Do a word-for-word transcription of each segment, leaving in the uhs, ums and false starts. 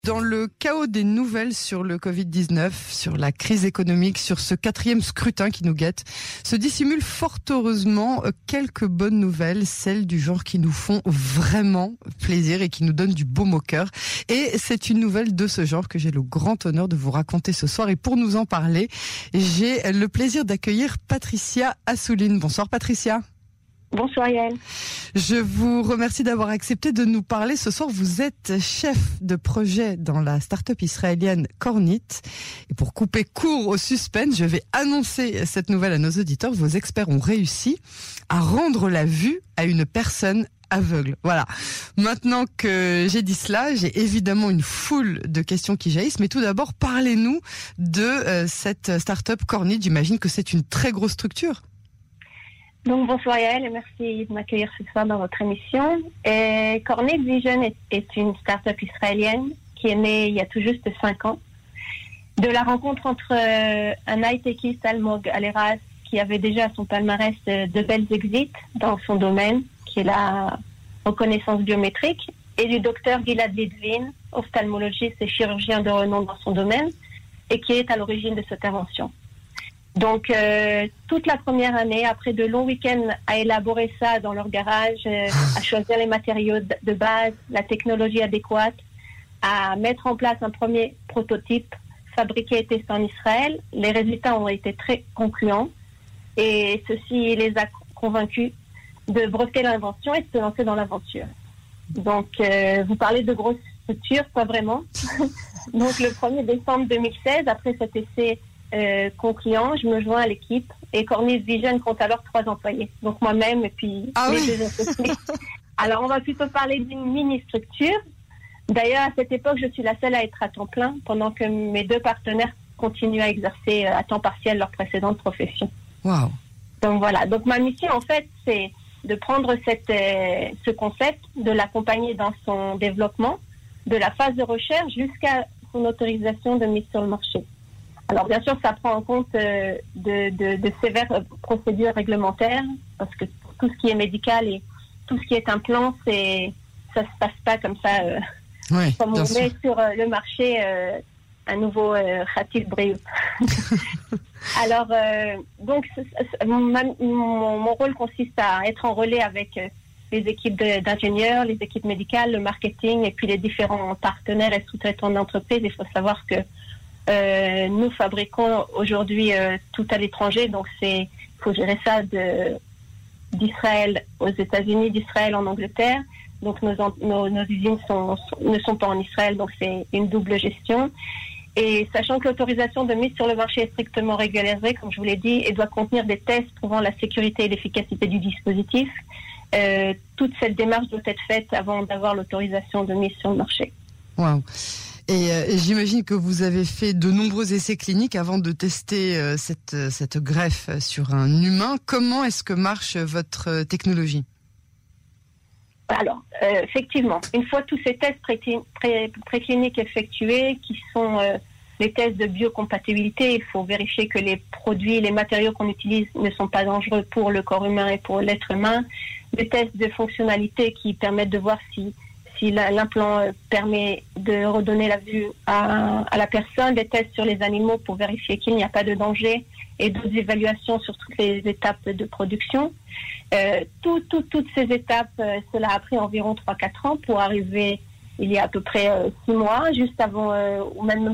Dans le chaos des nouvelles sur le covid dix-neuf, sur la crise économique, sur ce quatrième scrutin qui nous guette, se dissimulent fort heureusement quelques bonnes nouvelles, celles du genre qui nous font vraiment plaisir et qui nous donnent du baume au cœur. Et c'est une nouvelle de ce genre que j'ai le grand honneur de vous raconter ce soir. Et pour nous en parler, j'ai le plaisir d'accueillir Patricia Assouline. Bonsoir Patricia. Bonsoir Yael. Je vous remercie d'avoir accepté de nous parler ce soir. Vous êtes chef de projet dans la start-up israélienne Kornit. Et pour couper court au suspense, je vais annoncer cette nouvelle à nos auditeurs. Vos experts ont réussi à rendre la vue à une personne aveugle. Voilà. Maintenant que j'ai dit cela, j'ai évidemment une foule de questions qui jaillissent. Mais tout d'abord, parlez-nous de euh, cette start-up Kornit. J'imagine que c'est une très grosse structure. Donc bonsoir Yael et merci de m'accueillir ce soir dans votre émission. Et Kornit Vision est, est une start-up israélienne qui est née il y a tout juste cinq ans. De la rencontre entre euh, un high-techiste, Almog Aleras, qui avait déjà à son palmarès de, de belles exits dans son domaine, qui est la reconnaissance biométrique, et du docteur Gilad Litvin, ophtalmologiste et chirurgien de renom dans son domaine, et qui est à l'origine de cette invention. Donc, euh, toute la première année, après de longs week-ends à élaborer ça dans leur garage, euh, à choisir les matériaux de base, la technologie adéquate, à mettre en place un premier prototype fabriqué et testé en Israël, les résultats ont été très concluants et ceci les a convaincus de breveter l'invention et de se lancer dans l'aventure. Donc, euh, vous parlez de grosses structures, pas vraiment. Donc, le premier décembre deux mille seize, après cet essai Euh, concluant, je me joins à l'équipe et Kornit Vision compte alors trois employés, donc moi-même et puis ah les oui. deux associés. Alors on va plutôt parler d'une mini-structure. D'ailleurs à cette époque je suis la seule à être à temps plein pendant que mes deux partenaires continuent à exercer à temps partiel leur précédente profession. Wow. Donc voilà, donc ma mission en fait c'est de prendre cette, euh, ce concept, de l'accompagner dans son développement, de la phase de recherche jusqu'à son autorisation de mise sur le marché. Alors bien sûr, ça prend en compte euh, de, de, de sévères procédures réglementaires, parce que tout ce qui est médical et tout ce qui est implant, c'est, ça se passe pas comme ça. Euh, oui, comme on sûr. met sur euh, le marché euh, un nouveau Khatif euh, Briou. Alors, euh, donc, c'est, c'est, mon, mon, mon rôle consiste à être en relais avec euh, les équipes de, d'ingénieurs, les équipes médicales, le marketing et puis les différents partenaires et sous-traitants d'entreprise. Il faut savoir que Euh, nous fabriquons aujourd'hui euh, tout à l'étranger, donc c'est faut gérer ça de d'Israël aux États-Unis, d'Israël en Angleterre. Donc nos nos, nos usines sont, sont, ne sont pas en Israël, donc c'est une double gestion. Et sachant que l'autorisation de mise sur le marché est strictement régularisée, comme je vous l'ai dit, et doit contenir des tests prouvant la sécurité et l'efficacité du dispositif, euh, toute cette démarche doit être faite avant d'avoir l'autorisation de mise sur le marché. Wow. Et, euh, et j'imagine que vous avez fait de nombreux essais cliniques avant de tester euh, cette, cette greffe sur un humain. Comment est-ce que marche votre technologie ? Alors, euh, effectivement, une fois tous ces tests pré- pré- précliniques effectués, qui sont euh, les tests de biocompatibilité, il faut vérifier que les produits, les matériaux qu'on utilise ne sont pas dangereux pour le corps humain et pour l'être humain. Des tests de fonctionnalité qui permettent de voir si si l'implant permet de redonner la vue à, à la personne, des tests sur les animaux pour vérifier qu'il n'y a pas de danger et d'autres évaluations sur toutes les étapes de production. Euh, tout, tout, toutes ces étapes, euh, cela a pris environ trois à quatre ans pour arriver il y a à peu près euh, six mois, juste avant, euh, ou même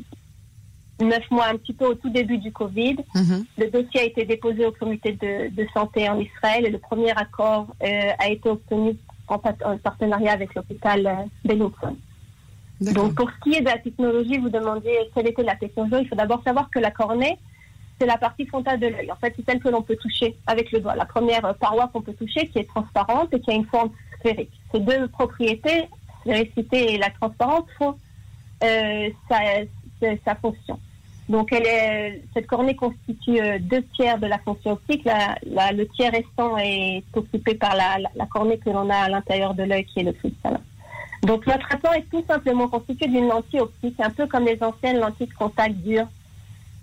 neuf mois, un petit peu au tout début du Covid. Mm-hmm. Le dossier a été déposé au comité de, de santé en Israël et le premier accord euh, a été obtenu en partenariat avec l'hôpital Beilinson. Donc, pour ce qui est de la technologie, vous demandiez quelle était la technologie. Il faut d'abord savoir que la cornée, c'est la partie frontale de l'œil. En fait, c'est celle que l'on peut toucher avec le doigt. La première paroi qu'on peut toucher, qui est transparente et qui a une forme sphérique. Ces deux propriétés, sphéricité et la transparence, font euh, sa, sa, sa fonction. Donc, elle est, cette cornée constitue euh, deux tiers de la fonction optique. La, la, le tiers restant est occupé par la, la, la cornée que l'on a à l'intérieur de l'œil, qui est le cristallin. Donc, notre implant est tout simplement constitué d'une lentille optique, un peu comme les anciennes lentilles de contact dures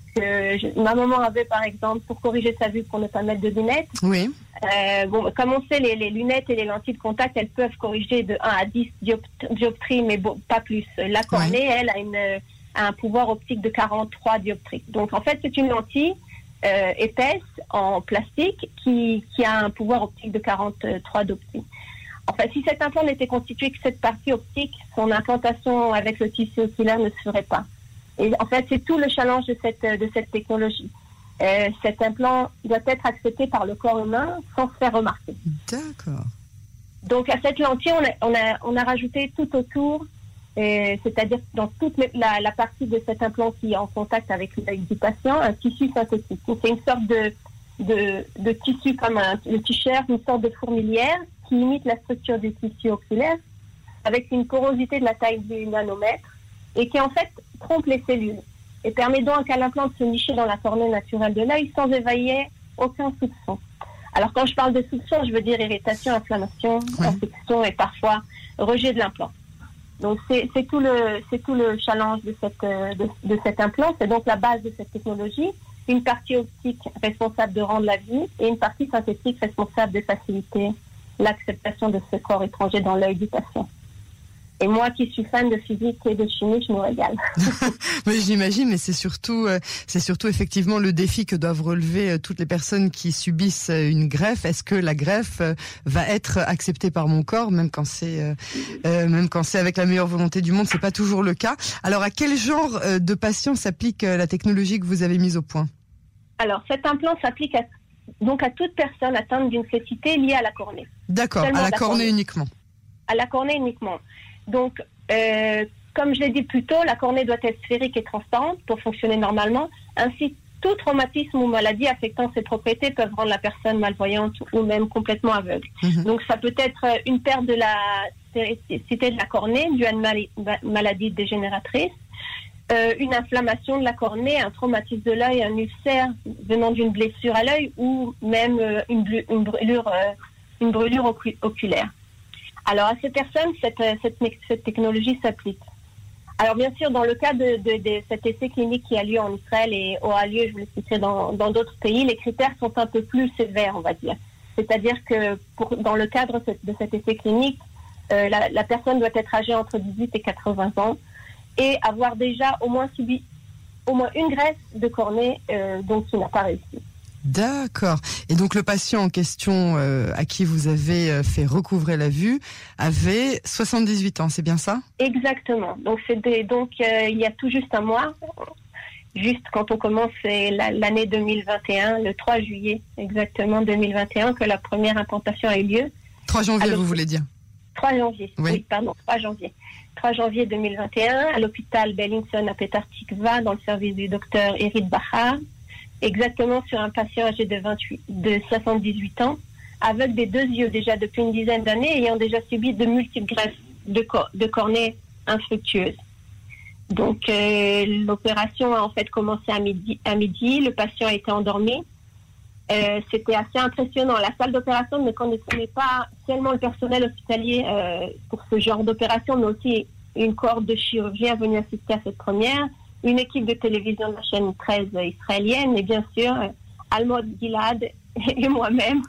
que je, ma maman avait, par exemple, pour corriger sa vue, pour ne pas mettre de lunettes. Oui. Euh, bon, comme on sait, les, les lunettes et les lentilles de contact, elles peuvent corriger de un à dix diopt- dioptries, mais bon, pas plus. La cornée, oui. elle, a, une, a un pouvoir optique de quarante-trois dioptries. Donc, en fait, c'est une lentille euh, épaisse en plastique qui, qui a un pouvoir optique de quarante-trois dioptries. En fait, si cet implant n'était constitué que cette partie optique, son implantation avec le tissu oculaire ne se ferait pas. Et en fait, c'est tout le challenge de cette, de cette technologie. Euh, cet implant doit être accepté par le corps humain sans se faire remarquer. D'accord. Donc, à cette lentille, on a, on a, on a rajouté tout autour, euh, c'est-à-dire dans toute la, la partie de cet implant qui est en contact avec l'œil du patient, un tissu synthétique. Donc, c'est une sorte de, de, de tissu comme un, le t-shirt, une sorte de fourmilière qui imite la structure du tissu oculaire avec une porosité de la taille du nanomètre et qui, en fait, trompe les cellules et permet donc à l'implant de se nicher dans la cornée naturelle de l'œil sans éveiller aucun soupçon. Alors quand je parle de soupçon, je veux dire irritation, inflammation, oui. infection et parfois rejet de l'implant. Donc c'est, c'est, tout, le, c'est tout le challenge de, cette, de, de cet implant, c'est donc la base de cette technologie, une partie optique responsable de rendre la vie et une partie synthétique responsable de faciliter l'acceptation de ce corps étranger dans l'œil du patient. Et moi qui suis fan de physique et de chimie, je me régale. Mais j'imagine, mais c'est surtout, euh, c'est surtout effectivement le défi que doivent relever euh, toutes les personnes qui subissent euh, une greffe. Est-ce que la greffe euh, va être acceptée par mon corps, même quand c'est, euh, euh, même quand c'est avec la meilleure volonté du monde, c'est pas toujours le cas. Alors, à quel genre euh, de patients s'applique euh, la technologie que vous avez mise au point ? Alors, cet implant s'applique à, donc à toute personne atteinte d'une cécité liée à la cornée. D'accord, Seulement à la, la cornée, cornée uniquement. À la cornée uniquement. Donc, euh, comme je l'ai dit plus tôt, la cornée doit être sphérique et transparente pour fonctionner normalement. Ainsi, tout traumatisme ou maladie affectant ses propriétés peuvent rendre la personne malvoyante ou même complètement aveugle. Mmh. Donc, ça peut être une perte de la sphéréicité de la cornée due à une mal- maladie dégénératrice, euh, une inflammation de la cornée, un traumatisme de l'œil, un ulcère venant d'une blessure à l'œil ou même euh, une, blu- une brûlure, euh, une brûlure ocu- oculaire. Alors, à ces personnes, cette, cette, cette technologie s'applique. Alors, bien sûr, dans le cas de, de, de cet essai clinique qui a lieu en Israël et aura lieu, je vous l'expliquerai, dans, dans d'autres pays, les critères sont un peu plus sévères, on va dire. C'est-à-dire que pour, dans le cadre de cet essai clinique, euh, la, la personne doit être âgée entre dix-huit et quatre-vingts ans et avoir déjà au moins subi au moins une greffe de cornée, euh, donc qui n'a pas réussi. D'accord. Et donc le patient en question euh, à qui vous avez euh, fait recouvrer la vue avait soixante-dix-huit ans, c'est bien ça ? Exactement. Donc c'est des, donc euh, il y a tout juste un mois, juste quand on commence c'est la, l'année deux mille vingt et un, le trois juillet exactement deux mille vingt et un que la première implantation a eu lieu. trois janvier, vous voulez dire ? trois janvier. Oui. oui, pardon, trois janvier. trois janvier deux mille vingt et un à l'hôpital Bellinson à Petah Tikva dans le service du docteur Erid Bahar. Exactement sur un patient âgé de, vingt-huit, de soixante-dix-huit ans, aveugle des deux yeux déjà depuis une dizaine d'années, ayant déjà subi de multiples greffes de, cor- de cornée infructueuses. Donc euh, l'opération a en fait commencé à midi, à midi, le patient a été endormi. Euh, c'était assez impressionnant. La salle d'opération ne connaissait pas seulement le personnel hospitalier euh, pour ce genre d'opération, mais aussi une cohorte de chirurgiens venus assister à cette première. Une équipe de télévision de la chaîne treize israélienne et bien sûr euh, Almod Gilad et moi-même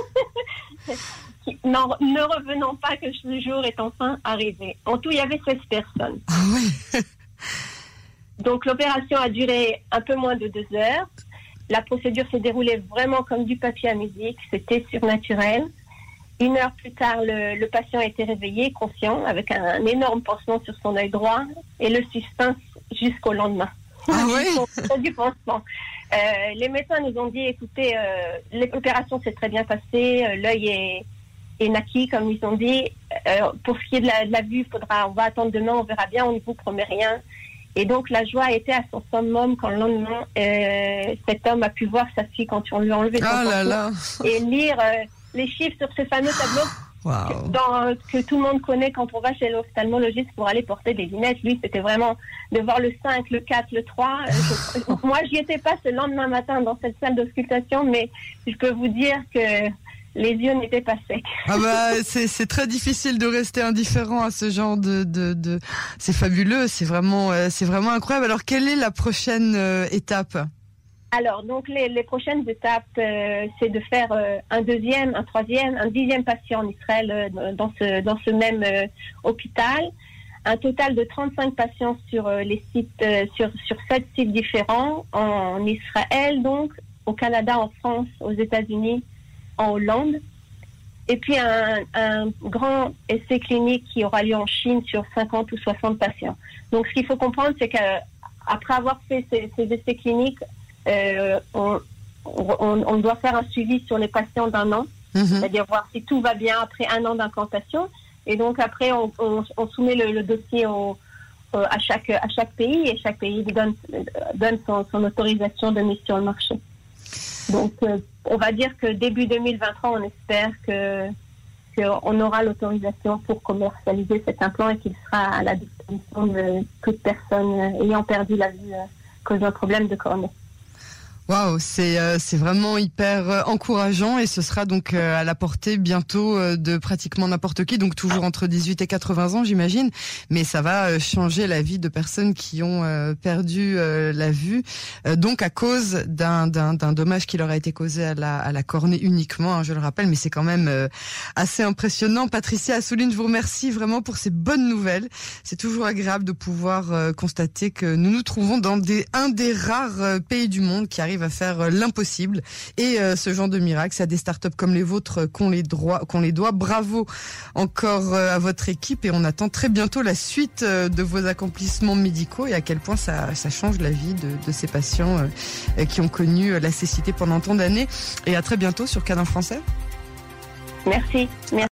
non, ne revenons pas que ce jour est enfin arrivé. En tout, il y avait seize personnes. Ah oui. Donc l'opération a duré un peu moins de deux heures. La procédure s'est déroulée vraiment comme du papier à musique, c'était surnaturel. Une heure plus tard, le, le patient a été réveillé, conscient, avec un, un énorme pansement sur son œil droit et le suspense jusqu'au lendemain. Ah oui. Du pansement. Euh, les médecins nous ont dit, écoutez, euh, l'opération s'est très bien passée, euh, l'œil est, est naquit, comme ils ont dit. Euh, pour ce qui est de la, de la vue, faudra, on va attendre demain, on verra bien, on ne vous promet rien. Et donc la joie a été à son summum quand le lendemain, euh, cet homme a pu voir sa fille quand on lui a enlevé son oh là là. et lire euh, les chiffres sur ce fameux tableau. Wow. Dans, que tout le monde connaît quand on va chez l'ophtalmologiste pour aller porter des lunettes. Lui, c'était vraiment de voir le cinq, le quatre, le trois. Je, moi, j'y étais pas ce lendemain matin dans cette salle d'auscultation, mais je peux vous dire que les yeux n'étaient pas secs. Ah bah c'est c'est très difficile de rester indifférent à ce genre de de, de... c'est fabuleux, c'est vraiment euh, c'est vraiment incroyable. Alors quelle est la prochaine euh, étape? Alors donc les les prochaines étapes euh, c'est de faire euh, un deuxième, un troisième, un dixième patient en Israël euh, dans ce dans ce même euh, hôpital. Un total de trente-cinq patients sur euh, les sites euh, sur sur sept sites différents en Israël, donc au Canada, en France, aux États-Unis, en Hollande, et puis un, un grand essai clinique qui aura lieu en Chine sur cinquante ou soixante patients. Donc ce qu'il faut comprendre, c'est qu'après avoir fait ces, ces essais cliniques, euh, on, on, on doit faire un suivi sur les patients d'un an, mmh. c'est-à-dire voir si tout va bien après un an d'implantation. Et donc après, on, on, on soumet le, le dossier au, au, à, chaque, à chaque pays, et chaque pays donne, donne son, son autorisation de mise sur le marché. Donc, euh, on va dire que début deux mille vingt-trois, on espère que qu'on aura l'autorisation pour commercialiser cet implant et qu'il sera à la disposition de toute personne ayant perdu la vue à cause d'un problème de cornée. Waouh, c'est euh, c'est vraiment hyper euh, encourageant, et ce sera donc euh, à la portée bientôt euh, de pratiquement n'importe qui, donc toujours entre dix-huit et quatre-vingts ans, j'imagine, mais ça va euh, changer la vie de personnes qui ont euh, perdu euh, la vue, euh, donc à cause d'un d'un d'un dommage qui leur a été causé à la à la cornée uniquement, hein, je le rappelle, mais c'est quand même euh, assez impressionnant. Patricia Assouline, je vous remercie vraiment pour ces bonnes nouvelles. C'est toujours agréable de pouvoir euh, constater que nous nous trouvons dans des un des rares euh, pays du monde qui arrive à faire l'impossible, et euh, ce genre de miracle, c'est à des startups comme les vôtres qu'on les doit, qu'on les doit. Bravo encore euh, à votre équipe, et on attend très bientôt la suite euh, de vos accomplissements médicaux, et à quel point ça, ça change la vie de, de ces patients euh, qui ont connu la cécité pendant tant d'années. Et à très bientôt sur Canal Français. Merci. Merci.